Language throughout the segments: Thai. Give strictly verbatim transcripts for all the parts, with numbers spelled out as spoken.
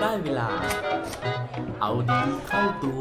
ได้เวลาเอาดีเข้าตัว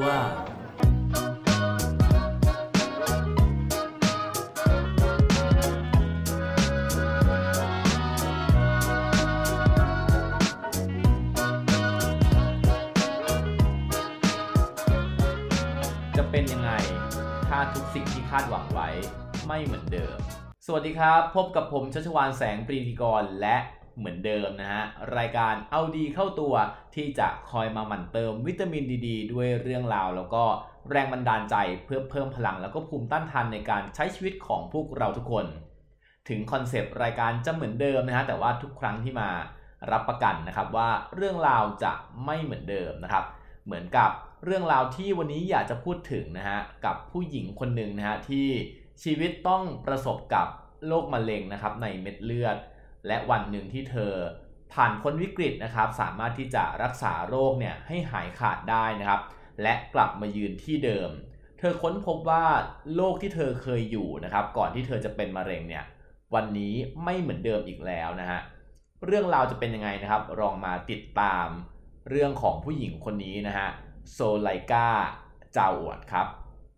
จะเป็นยังไงถ้าทุกสิ่งที่คาดหวังไว้ไม่เหมือนเดิมสวัสดีครับพบกับผมชัชวาลแสงปรีดีกรและเหมือนเดิมนะฮะรายการเอาดีเข้าตัวที่จะคอยมาหมั่นเติมวิตามินดีๆด้วยเรื่องราวแล้วก็แรงบันดาลใจเพื่อเพิ่มพลังแล้วก็ภูมิต้านทานในการใช้ชีวิตของพวกเราทุกคนถึงคอนเซปต์รายการจะเหมือนเดิมนะฮะแต่ว่าทุกครั้งที่มารับประกันนะครับว่าเรื่องราวจะไม่เหมือนเดิมนะครับเหมือนกับเรื่องราวที่วันนี้อยากจะพูดถึงนะฮะกับผู้หญิงคนหนึ่งนะฮะที่ชีวิตต้องประสบกับโรคมะเร็งนะครับในเม็ดเลือดและวันหนึ่งที่เธอผ่านพ้นวิกฤตนะครับสามารถที่จะรักษาโรคเนี่ยให้หายขาดได้นะครับและกลับมายืนที่เดิมเธอค้นพบว่าโรคที่เธอเคยอยู่นะครับก่อนที่เธอจะเป็นมะเร็งเนี่ยวันนี้ไม่เหมือนเดิมอีกแล้วนะฮะเรื่องราวจะเป็นยังไงนะครับลองมาติดตามเรื่องของผู้หญิงคนนี้นะฮะโซไลกาจาอวดครับ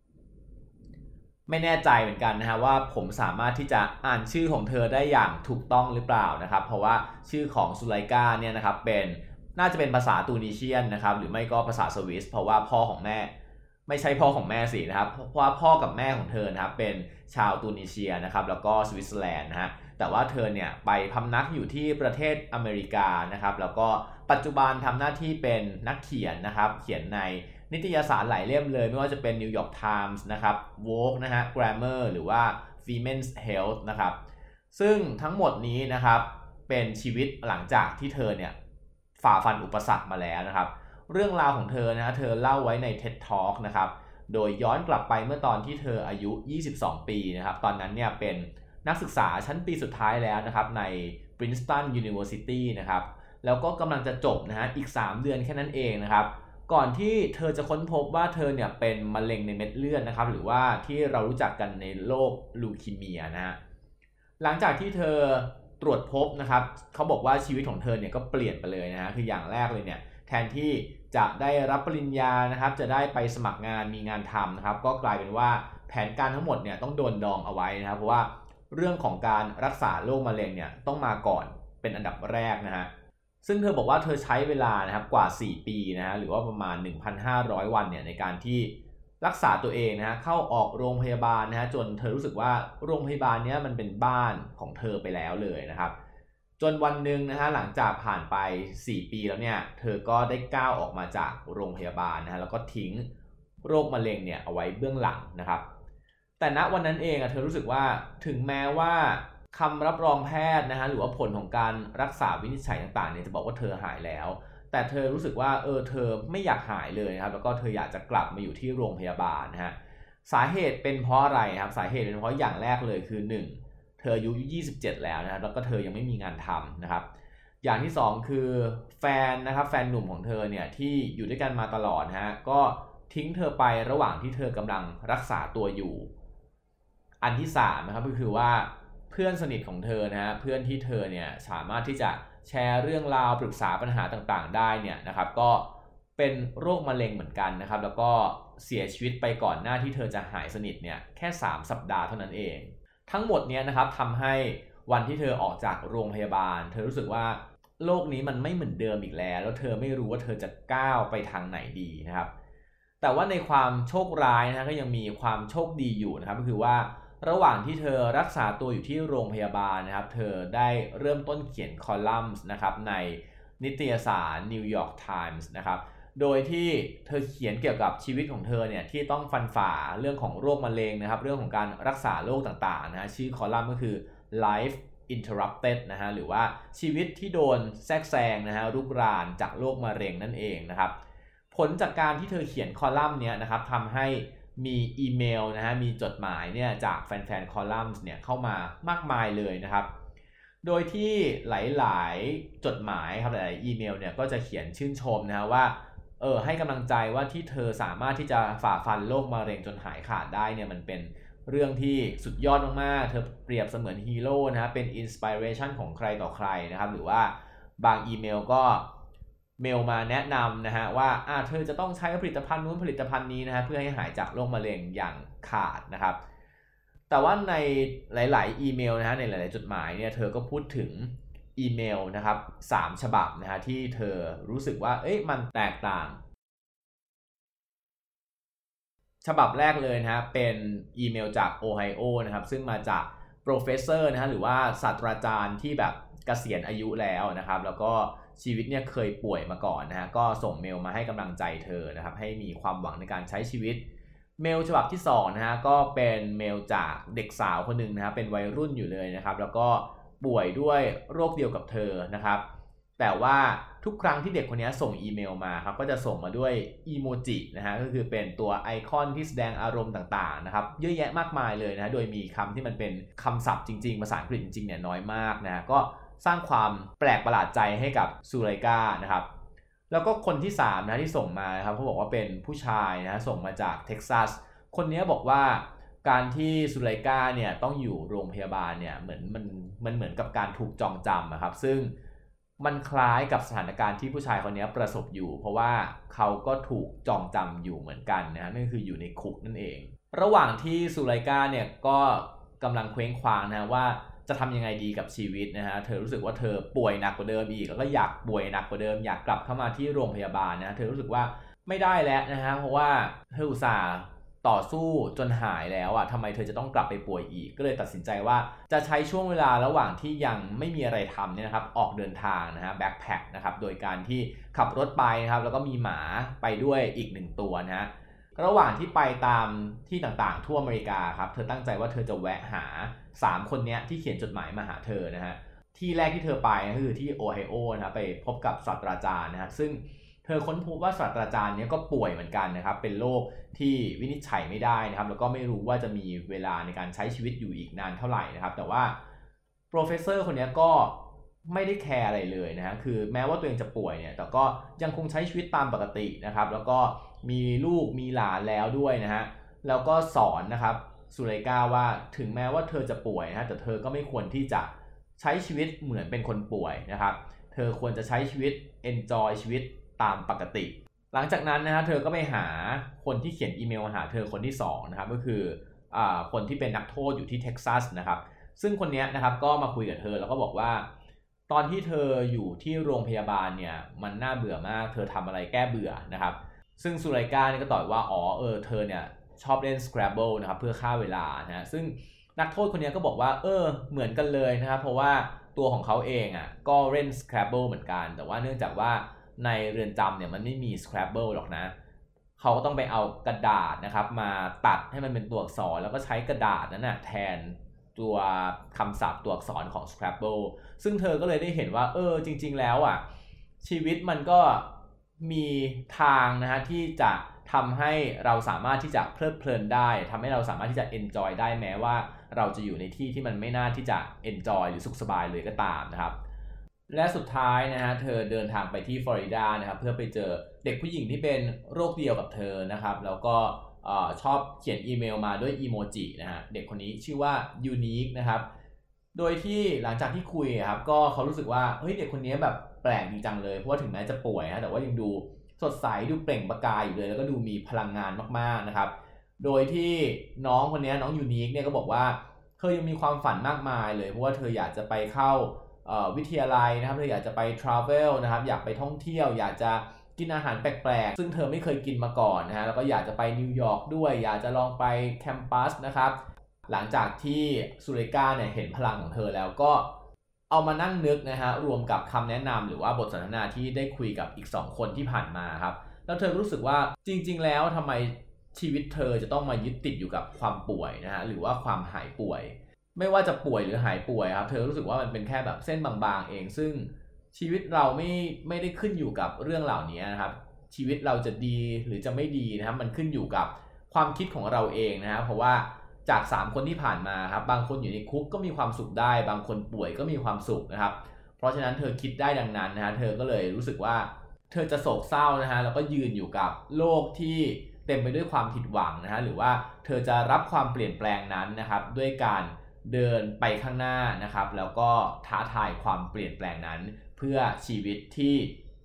ไม่แน่ใจเหมือนกันนะฮะว่าผมสามารถที่จะอ่านชื่อของเธอได้อย่างถูกต้องหรือเปล่านะครับเพราะว่าชื่อของซูไลกาเนี่ยนะครับเป็นน่าจะเป็นภาษาตูนิเชียนนะครับหรือไม่ก็ภาษาสวิสเพราะว่าพ่อของแม่ไม่ใช่พ่อของแม่สินะครับเพราะว่าพ่อกับแม่ของเธอนะครับเป็นชาวตูนิเชียนะครับแล้วก็สวิตเซอร์แลนด์นะฮะแต่ว่าเธอเนี่ยไปพำนักอยู่ที่ประเทศอเมริกานะครับแล้วก็ปัจจุบันทำหน้าที่เป็นนักเขียนนะครับเขียนในนิตยสารหลายเล่มเลยไม่ว่าจะเป็น New York Times นะครับ Vogue นะฮะ Glamour หรือว่า Women's Health นะครับซึ่งทั้งหมดนี้นะครับเป็นชีวิตหลังจากที่เธอเนี่ยฝ่าฟันอุปสรรคมาแล้วนะครับเรื่องราวของเธอนะฮะเธอเล่าไว้ใน ที อี ดี Talk นะครับโดยย้อนกลับไปเมื่อตอนที่เธออายุยี่สิบสองปีนะครับตอนนั้นเนี่ยเป็นนักศึกษาชั้นปีสุดท้ายแล้วนะครับใน Princeton University นะครับแล้วก็กำลังจะจบนะฮะอีกสามเดือนแค่นั้นเองนะครับก่อนที่เธอจะค้นพบว่าเธอเนี่ยเป็นมะเร็งในเม็ดเลือดนะครับหรือว่าที่เรารู้จักกันในโรคลูคีเมียนะฮะหลังจากที่เธอตรวจพบนะครับเขาบอกว่าชีวิตของเธอเนี่ยก็เปลี่ยนไปเลยนะฮะคืออย่างแรกเลยเนี่ยแทนที่จะได้รับปริญญานะครับจะได้ไปสมัครงานมีงานทำนะครับก็กลายเป็นว่าแผนการทั้งหมดเนี่ยต้องโดนดองเอาไว้นะครับเพราะว่าเรื่องของการรักษาโรคมะเร็งเนี่ยต้องมาก่อนเป็นอันดับแรกนะฮะซึ่งเธอบอกว่าเธอใช้เวลานะครับกว่าสี่ปีนะฮะหรือว่าประมาณ หนึ่งพันห้าร้อย วันเนี่ยในการที่รักษาตัวเองนะฮะเข้าออกโรงพยาบาลนะฮะจนเธอรู้สึกว่าโรงพยาบาลเนี้ยมันเป็นบ้านของเธอไปแล้วเลยนะครับจนวันหนึ่งนะฮะหลังจากผ่านไปสี่ปีแล้วเนี่ยเธอก็ได้ก้าวออกมาจากโรงพยาบาลนะฮะแล้วก็ทิ้งโรคมะเร็งเนี่ยเอาไว้เบื้องหลังนะครับแต่ณวันนั้นเองอะเธอรู้สึกว่าถึงแม้ว่าคำรับรองแพทย์นะฮะหรือว่าผลของการรักษาวินิจฉัยต่างๆเนี่ยจะบอกว่าเธอหายแล้วแต่เธอรู้สึกว่าเออเธอไม่อยากหายเลยนะครับแล้วก็เธออยากจะกลับมาอยู่ที่โรงพยาบาลนะฮะสาเหตุเป็นเพราะอะไรครับสาเหตุเป็นเพราะอย่างแรกเลยคือหนึ่งเธออายุยี่สิบเจ็ดแล้วนะครับแล้วก็เธอยังไม่มีงานทำนะครับอย่างที่สองคือแฟนนะครับแฟนหนุ่มของเธอเนี่ยที่อยู่ด้วยกันมาตลอดนะฮะก็ทิ้งเธอไประหว่างที่เธอกำลังรักษาตัวอยู่อันที่สามนะครับก็คือว่าเพื่อนสนิทของเธอนะฮะเพื่อนที่เธอเนี่ยสามารถที่จะแชร์เรื่องราวปรึกษาปัญหาต่างๆได้เนี่ยนะครับก็เป็นโรคมะเร็งเหมือนกันนะครับแล้วก็เสียชีวิตไปก่อนหน้าที่เธอจะหายสนิทเนี่ยแค่สามสัปดาห์เท่านั้นเองทั้งหมดเนี้ยนะครับทำให้วันที่เธอออกจากโรงพยาบาลเธอรู้สึกว่าโลกนี้มันไม่เหมือนเดิมอีกแล้วแล้วเธอไม่รู้ว่าเธอจะก้าวไปทางไหนดีนะครับแต่ว่าในความโชคร้ายนะก็ยังมีความโชคดีอยู่นะครับก็คือว่าระหว่างที่เธอรักษาตัวอยู่ที่โรงพยาบาลนะครับเธอได้เริ่มต้นเขียนคอลัมน์นะครับในนิตยสาร New York Times นะครับโดยที่เธอเขียนเกี่ยวกับชีวิตของเธอเนี่ยที่ต้องฟันฝ่าเรื่องของโรคมะเร็งนะครับเรื่องของการรักษาโรคต่างๆนะฮะชื่อคอลัมน์ก็คือ Life Interrupted นะฮะหรือว่าชีวิตที่โดนแทรกแซงนะฮะรุกรานจากโรคมะเร็งนั่นเองนะครับผลจากการที่เธอเขียนคอลัมน์เนี้ยนะครับทำให้มีอีเมลนะฮะมีจดหมายเนี่ยจากแฟนๆคอลัมน์เนี่ยเข้ามามากมายเลยนะครับโดยที่หลายๆจดหมายครับหลายๆอีเมลเนี่ยก็จะเขียนชื่นชมนะฮะว่าเออให้กำลังใจว่าที่เธอสามารถที่จะฝ่าฟันโรคมะเร็งจนหายขาดได้เนี่ยมันเป็นเรื่องที่สุดยอดมากๆเธอเปรียบเสมือนฮีโร่นะฮะเป็นอินสปิเรชันของใครต่อใครนะครับหรือว่าบางอีเมลก็เมลมาแนะนำนะฮะว่าอ่าเธอจะต้องใช้ผลิตภัณฑ์นู้นผลิตภัณฑ์นี้นะฮะเพื่อให้หายจากโรคมะเร็งอย่างขาดนะครับแต่ว่าในหลายๆอีเมลนะฮะในหลายๆจดหมายเนี่ยเธอก็พูดถึงอีเมลนะครับสามฉบับนะฮะที่เธอรู้สึกว่าเอ๊ะมันแตกต่างฉบับแรกเลยนะฮะเป็นอีเมลจากโอไฮโอนะครับซึ่งมาจากโปรเฟสเซอร์นะฮะหรือว่าศาสตราจารย์ที่แบบเกษียณอายุแล้วนะครับแล้วก็ชีวิตเนี่ยเคยป่วยมาก่อนนะฮะก็ส่งเมลมาให้กำลังใจเธอนะครับให้มีความหวังในการใช้ชีวิตเมลฉบับที่สองนะฮะก็เป็นเมลจากเด็กสาวคนหนึ่งนะฮะเป็นวัยรุ่นอยู่เลยนะครับแล้วก็ป่วยด้วยโรคเดียวกับเธอนะครับแต่ว่าทุกครั้งที่เด็กคนนี้ส่งอีเมลมาครับก็จะส่งมาด้วยอีโมจินะฮะก็คือเป็นตัวไอคอนที่แสดงอารมณ์ต่างๆนะครับเยอะแยะมากมายเลยนะโดยมีคำที่มันเป็นคำศัพท์จริงๆภาษาอังกฤษจริงๆเนี่ยน้อยมากนะก็สร้างความแปลกประหลาดใจให้กับซูไลกานะครับแล้วก็คนที่สามนะที่ส่งมานะครับเขาบอกว่าเป็นผู้ชายนะส่งมาจากเท็กซัสคนนี้บอกว่าการที่ซูไลกาเนี่ยต้องอยู่โรงพยาบาลเนี่ยเหมือนมันมันเหมือนกับการถูกจองจำนะครับซึ่งมันคล้ายกับสถานการณ์ที่ผู้ชายคนนี้ประสบอยู่เพราะว่าเขาก็ถูกจองจำอยู่เหมือนกันนะฮะนั่นคืออยู่ในคุกนั่นเองระหว่างที่ซูไลกาเนี่ยก็กำลังเคว้งคว้างนะว่าจะทำยังไงดีกับชีวิตนะฮะเธอรู้สึกว่าเธอป่วยหนักกว่าเดิมอีกแล้วก็อยากป่วยหนักกว่าเดิมอยากกลับเข้ามาที่โรงพยาบาลนะเธอรู้สึกว่าไม่ได้แล้วนะฮะเพราะว่าเธออุตส่าห์ต่อสู้จนหายแล้วอ่ะทำไมเธอจะต้องกลับไปป่วยอีกก็เลยตัดสินใจว่าจะใช้ช่วงเวลาระหว่างที่ยังไม่มีอะไรทำเนี่ยนะครับออกเดินทางนะฮะแบ็คแพ็คนะครับโดยการที่ขับรถไปนะครับแล้วก็มีหมาไปด้วยอีกหนึ่งตัวนะฮะระหว่างที่ไปตามที่ต่างๆทั่วอเมริกาครับเธอตั้งใจว่าเธอจะแวะหาสามคนนี้ที่เขียนจดหมายมาหาเธอนะฮะที่แรกที่เธอไปก็คือที่โอไฮโอนะไปพบกับศาสตราจารย์นะฮะซึ่งเธอค้นพบว่าศาสตราจารย์นี้ก็ป่วยเหมือนกันนะครับเป็นโรคที่วินิจฉัยไม่ได้นะครับแล้วก็ไม่รู้ว่าจะมีเวลาในการใช้ชีวิตอยู่อีกนานเท่าไหร่นะครับแต่ว่าโปรเฟสเซอร์คนนี้ก็ไม่ได้แคร์อะไรเลยนะฮะคือแม้ว่าตัวเองจะป่วยเนี่ยแต่ก็ยังคงใช้ชีวิตตามปกตินะครับแล้วก็มีลูกมีหลานแล้วด้วยนะฮะแล้วก็สอนนะครับซูไลกาว่าถึงแม้ว่าเธอจะป่วยนะแต่เธอก็ไม่ควรที่จะใช้ชีวิตเหมือนเป็นคนป่วยนะครับเธอควรจะใช้ชีวิต enjoy ชีวิตตามปกติหลังจากนั้นนะฮะเธอก็ไปหาคนที่เขียนอีเมลมาหาเธอคนที่สองนะครับก็คืออ่าคนที่เป็นนักโทษอยู่ที่เท็กซัสนะครับซึ่งคนนี้นะครับก็มาคุยกับเธอแล้วก็บอกว่าตอนที่เธออยู่ที่โรงพยาบาลเนี่ยมันน่าเบื่อมากเธอทำอะไรแก้เบื่อนะครับซึ่งซูไลกาเนี่ยก็ตอบว่าอ๋อเออเธอเนี่ยชอบเล่น Scrabble นะครับเพื่อฆ่าเวลานะฮะซึ่งนักโทษคนนี้ก็บอกว่าเออเหมือนกันเลยนะครับเพราะว่าตัวของเขาเองอ่ะก็เล่น Scrabble เหมือนกันแต่ว่าเนื่องจากว่าในเรือนจำเนี่ยมันไม่มี Scrabble หรอกนะเขาก็ต้องไปเอากระดาษนะครับมาตัดให้มันเป็นตัวอักษรแล้วก็ใช้กระดาษนั้นนะแทนตัวคำศัพท์ตัวอักษรของ Scrabble ซึ่งเธอก็เลยได้เห็นว่าเออจริงๆแล้วอ่ะชีวิตมันก็มีทางนะฮะที่จะทำให้เราสามารถที่จะเพลิดเพลินได้ทำให้เราสามารถที่จะ enjoy ได้แม้ว่าเราจะอยู่ในที่ที่มันไม่น่าที่จะ enjoy หรือสุขสบายเลยก็ตามนะครับและสุดท้ายนะฮะเธอเดินทางไปที่ฟลอริดานะครับเพื่อไปเจอเด็กผู้หญิงที่เป็นโรคเดียวกับเธอนะครับแล้วก็ชอบเขียนอีเมลมาด้วยอีโมจินะฮะเด็กคนนี้ชื่อว่า Unique นะครับโดยที่หลังจากที่คุยครับก็เขารู้สึกว่าเฮ้ยเด็กคนนี้แบบแปลกจริงจังเลยเพราะว่าถึงแม้จะป่วยนะแต่ว่ายังดูสดใสดูเปล่งประกายอยู่เลยแล้วก็ดูมีพลังงานมากๆนะครับโดยที่น้องคนนี้น้อง Unique เนี่ยก็บอกว่าเธอยังมีความฝันมากมายเลยเพราะว่าเธออยากจะไปเข้าวิทยาลัยนะครับเธออยากจะไป travel นะครับอยากไปท่องเที่ยวอยากจะกินอาหารแปลกๆซึ่งเธอไม่เคยกินมาก่อนนะฮะแล้วก็อยากจะไปนิวยอร์กด้วยอยากจะลองไปแคมปัสนะครับหลังจากที่ซูไลกาเนี่ยเห็นพลังของเธอแล้วก็เอามานั่งนึกนะฮะรวมกับคำแนะนำหรือว่าบทสนทนาที่ได้คุยกับอีกสองคนที่ผ่านมาครับแล้วเธอรู้สึกว่าจริงๆแล้วทำไมชีวิตเธอจะต้องมายึดติดอยู่กับความป่วยนะฮะหรือว่าความหายป่วยไม่ว่าจะป่วยหรือหายป่วยครับเธอรู้สึกว่ามันเป็นแค่แบบเส้นบางๆเองซึ่งชีวิตเราไม่ไม่ได้ขึ้นอยู่กับเรื่องเหล่านี้นะครับชีวิตเราจะดีหรือจะไม่ดีนะครับมันขึ้นอยู่กับความคิดของเราเองนะครับเพราะว่าจากสามคนที่ผ่านมาครับบางคนอยู่ในคุกก็มีความสุขได้บางคนป่วยก็มีความสุขนะครับเพราะฉะนั้นเธอคิดได้ดังนั้นนะฮะเธอก็เลยรู้สึกว่าเธอจะโศกเศร้านะฮะแล้วก็ยืนอยู่กับโลกที่เต็มไปด้วยความผิดหวังนะฮะหรือว่าเธอจะรับความเปลี่ยนแปลงนั้นนะครับด้วยการเดินไปข้างหน้านะครับแล้วก็ท้าทายความเปลี่ยนแปลงนั้นเพื่อชีวิตที่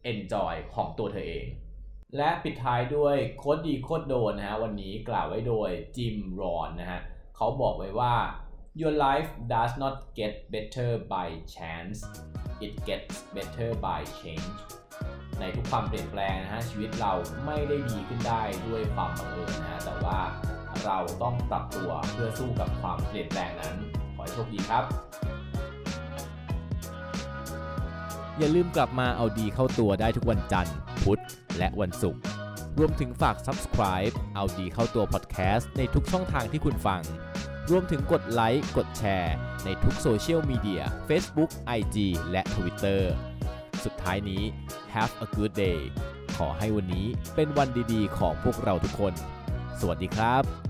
enjoy ของตัวเธอเองและปิดท้ายด้วยโค้ดดีโค้ดโดนนะฮะวันนี้กล่าวไว้โดยจิมรอนนะฮะเขาบอกไว้ว่า Your life does not get better by chance it gets better by change ในทุกความเปลี่ยนแปลงนะฮะชีวิตเราไม่ได้ดีขึ้นได้ด้วยความบังเอิญนะฮะแต่ว่าเราต้องปรับตัวเพื่อสู้กับความเปลี่ยนแปลงนั้นขอให้โชคดีครับอย่าลืมกลับมาเอาดีเข้าตัวได้ทุกวันจันทร์พุธและวันศุกร์รวมถึงฝาก Subscribe เอาดีเข้าตัว Podcast ในทุกช่องทางที่คุณฟังรวมถึงกดไลค์กดแชร์ในทุกโซเชียลมีเดีย Facebook ไอ จี และ Twitter สุดท้ายนี้ Have a good day ขอให้วันนี้เป็นวันดีๆของพวกเราทุกคนสวัสดีครับ